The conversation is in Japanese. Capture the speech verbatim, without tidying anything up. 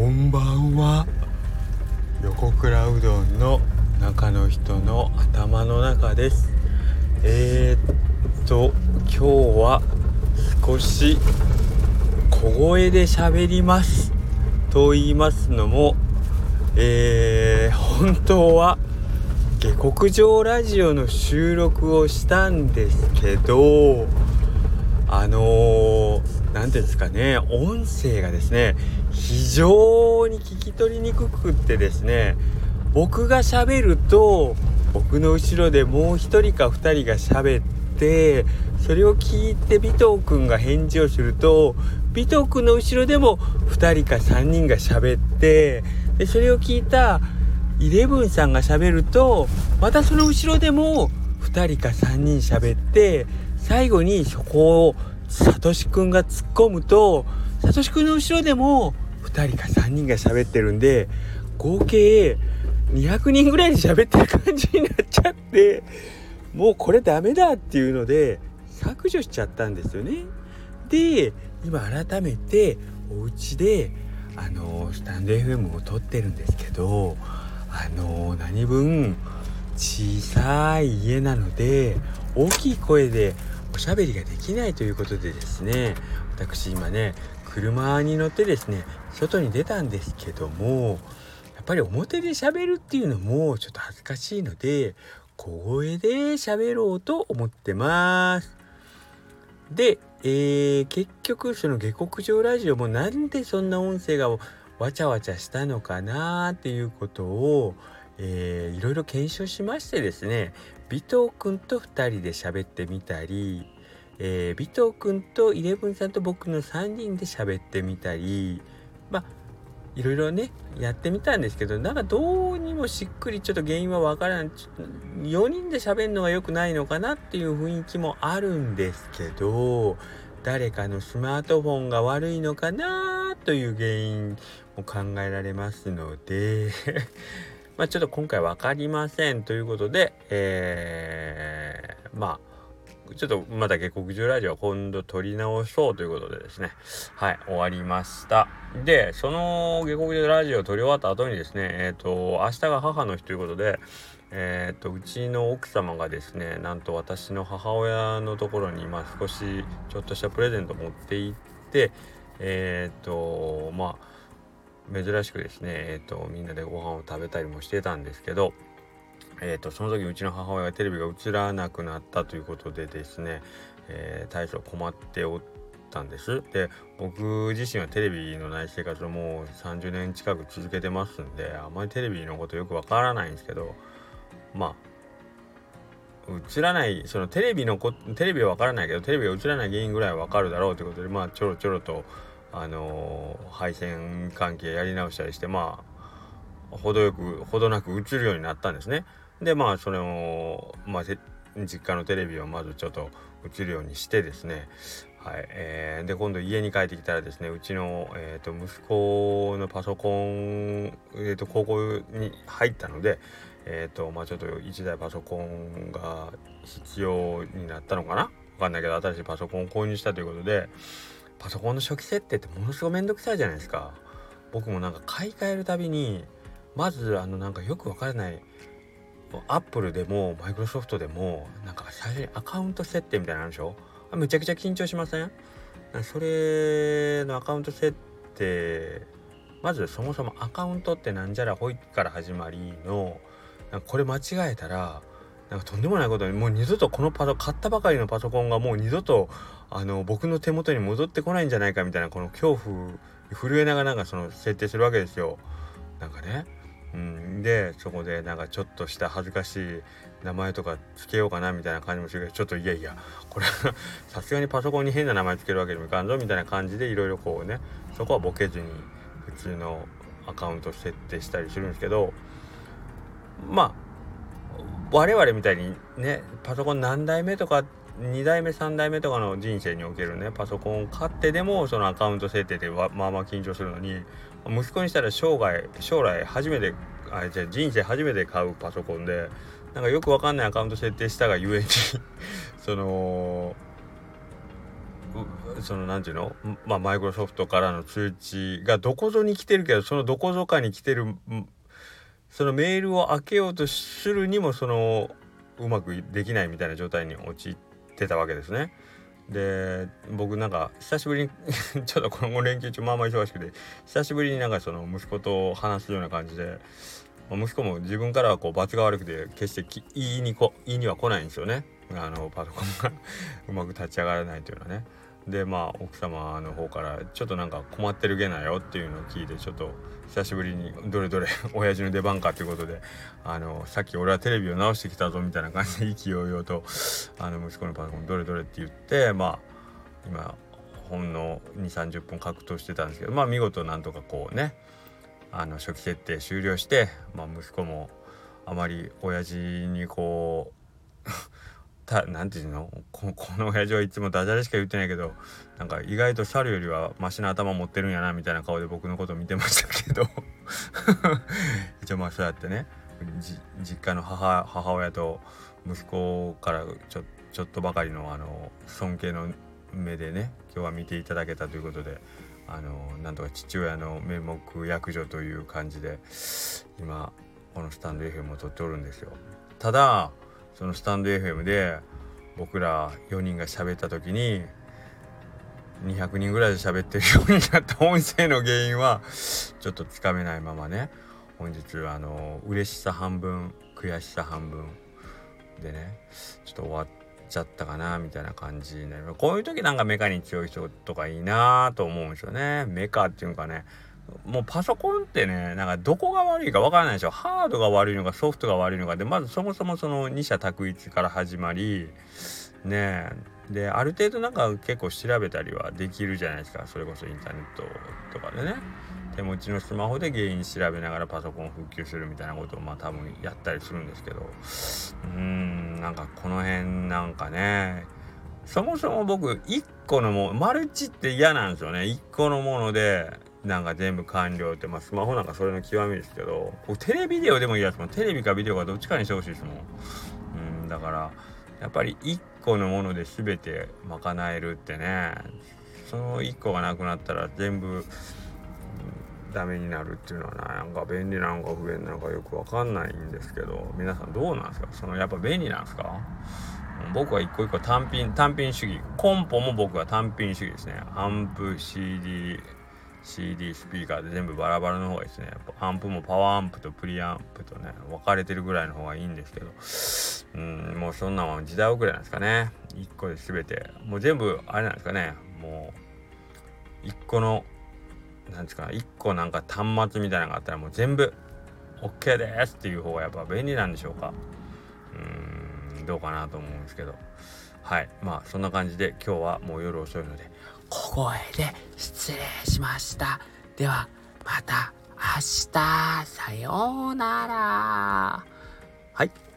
んばんは。横倉うどんの中の人の頭の中です。えーっと今日は少し小声で喋ります。と言いますのも、えー、本当は下克上ラジオの収録をしたんですけど、あのーなんていうんですかね、音声がですね非常に聞き取りにくくってですね、僕が喋ると僕の後ろでもう一人か二人が喋って、それを聞いて尾藤くんが返事をすると、尾藤くんの後ろでも二人か三人が喋って、でそれを聞いたイレブンさんが喋ると、またその後ろでも二人か三人喋って、最後にそこをさとしくんが突っ込むと、さとしくんの後ろでもふたりかさんにんが喋ってるんで、合計にひゃくにんぐらいで喋ってる感じになっちゃって、もうこれダメだっていうので削除しちゃったんですよね。で今改めてお家であのスタンド エフエム を撮ってるんですけど、あの何分小さい家なので大きい声でおしゃべりができないということでですね、私今ね車に乗ってですね外に出たんですけども、やっぱり表で喋るっていうのもちょっと恥ずかしいので小声で喋ろうと思ってます。で、えー、結局その下克上ラジオもなんでそんな音声がわちゃわちゃしたのかなっていうことを、えー、いろいろ検証しましてですね、尾藤くんとふたりで喋ってみたり、えー、尾藤くんとイレブンさんと僕のさんにんで喋ってみたり、まあいろいろねやってみたんですけど、なんかどうにもしっくりちょっと原因はわからない。よにんで喋るのが良くないのかなっていう雰囲気もあるんですけど、誰かのスマートフォンが悪いのかなという原因も考えられますのでまあちょっと今回わかりませんということで、えー、まあちょっとまた下克上ラジオは今度撮り直そうということでですね、はい終わりました。でその下克上ラジオを撮り終わった後にですね、えっと明日が母の日ということで、えっとうちの奥様がですね、なんと私の母親のところに今少しちょっとしたプレゼントを持って行って、えっとまあ珍しくですね、えっとみんなでご飯を食べたりもしてたんですけど、えーとその時うちの母親がテレビが映らなくなったということでですね、えー、大層困っておったんです。で僕自身はテレビのない生活をもうさんじゅうねん近く続けてますんで、あんまりテレビのことよくわからないんですけど、まあ映らない、そのテレビのこテレビはわからないけどテレビが映らない原因ぐらいはわかるだろうということで、まあちょろちょろとあのー、配線関係やり直したりして、まあ程よく程なく映るようになったんですね。でまあそれを、まあ、実家のテレビをまずちょっと映るようにしてですね、はい、えー、で今度家に帰ってきたらですね、うちの、えー、と息子のパソコン、えー、と高校に入ったので、えーとまあ、ちょっといちだいパソコンが必要になったのかな、わかんないけど新しいパソコンを購入したということで、パソコンの初期設定ってものすごいめんどくさいじゃないですか。僕もなんか買い替えるたびにまずあのなんかよくわからない、アップルでもマイクロソフトでもなんか最初にアカウント設定みたいなのあるでしょ。めちゃくちゃ緊張しません？それのアカウント設定、まずそもそもアカウントってなんじゃらほいから始まりの、なんかこれ間違えたらなんかとんでもないことに、もう二度とこのパソ買ったばかりのパソコンがもう二度とあの僕の手元に戻ってこないんじゃないかみたいな、この恐怖震えながらなんかその設定するわけですよ。なんかね、うん、でそこでなんかちょっとした恥ずかしい名前とかつけようかなみたいな感じもするけど、ちょっといやいやこれさすがにパソコンに変な名前つけるわけにもいかんぞみたいな感じでいろいろこうね、そこはボケずに普通のアカウント設定したりするんですけど、まあ我々みたいにねパソコン何代目とかにだいめさんだいめとかの人生におけるねパソコンを買ってでもそのアカウント設定でまあまあ緊張するのに、息子にしたら生涯将来初めてあじゃあ人生初めて買うパソコンで、なんかよくわかんないアカウント設定したがゆえにそのそのなんていうの、まあマイクロソフトからの通知がどこぞに来てるけど、そのどこぞかに来てるそのメールを開けようとするにもそのうまくできないみたいな状態に陥ってたわけですね。で僕なんか久しぶりにちょっとこの連休中まあまあ忙しくて、久しぶりになんかその息子と話すような感じで、まあ、息子も自分からはこう罰が悪くて決してき言いにこ言いには来ないんですよね。あのパソコンがうまく立ち上がらないというのはね。でまあ奥様の方からちょっとなんか困ってるげなよっていうのを聞いて、ちょっと久しぶりにどれどれ親父の出番かということで、あのさっき俺はテレビを直してきたぞみたいな感じで意気揚々とあの息子のパソコンどれどれって言って、まあ今ほんのにじゅうさんじゅっぷん格闘してたんですけど、まあ見事なんとかこうねあの初期設定終了して、まあ息子もあまり親父にこうたなんていうの こ, この親父はいつもダジャレしか言ってないけど、なんか意外と猿よりはマシな頭持ってるんやなみたいな顔で僕のことを見てましたけど一応まあそうやってね実家の 母, 母親と息子からちょ, ちょっとばかりのあの尊敬の目でね今日は見ていただけたということで、あのなんとか父親の面目躍如という感じで今このスタンド エフエム を撮っておるんですよ。ただそのスタンド エフエム で僕らよにんが喋った時ににひゃくにんぐらいで喋ってるようになった音声の原因はちょっとつかめないままね、本日あの嬉しさ半分悔しさ半分でねちょっと終わっちゃったかなみたいな感じになります。こういう時なんかメカに強い人とかいいなと思うんですよね。メカっていうかね、もうパソコンってねなんかどこが悪いかわからないでしょ。ハードが悪いのかソフトが悪いのかで、まずそもそもその二者択一から始まりねえ、である程度なんか結構調べたりはできるじゃないですか。それこそインターネットとかでね手持ちのスマホで原因調べながらパソコンを復旧するみたいなことをまあ多分やったりするんですけど、うーんなんかこの辺なんかね、そもそも僕いっこのもマルチって嫌なんですよね。いっこのものでなんか全部完了って、まあスマホなんかそれの極みですけど、僕テレビデオでもいいやつもテレビかビデオかどっちかにしてほしいですもん。うんだからやっぱりいっこのもので全て賄えるってね、そのいっこがなくなったら全部、うん、ダメになるっていうのはなんか便利なのか不便なのかよくわかんないんですけど、皆さんどうなんですか？そのやっぱ便利なんですか？僕は一個一個単品単品主義、コンポも僕は単品主義ですね。アンプ シーディーシーディー スピーカーで全部バラバラの方がいいですね。アンプもパワーアンプとプリアンプとね分かれてるぐらいの方がいいんですけど、うんもうそんなのは時代遅れなんですかね。いっこで全てもう全部あれなんですかね。もういっこのなんですかいっこなんか端末みたいなのがあったらもう全部 OK ですっていう方がやっぱ便利なんでしょうか。うーんどうかなと思うんですけど、はいまあそんな感じで今日はもう夜遅いので小声で失礼しました。ではまた明日さようなら。はい。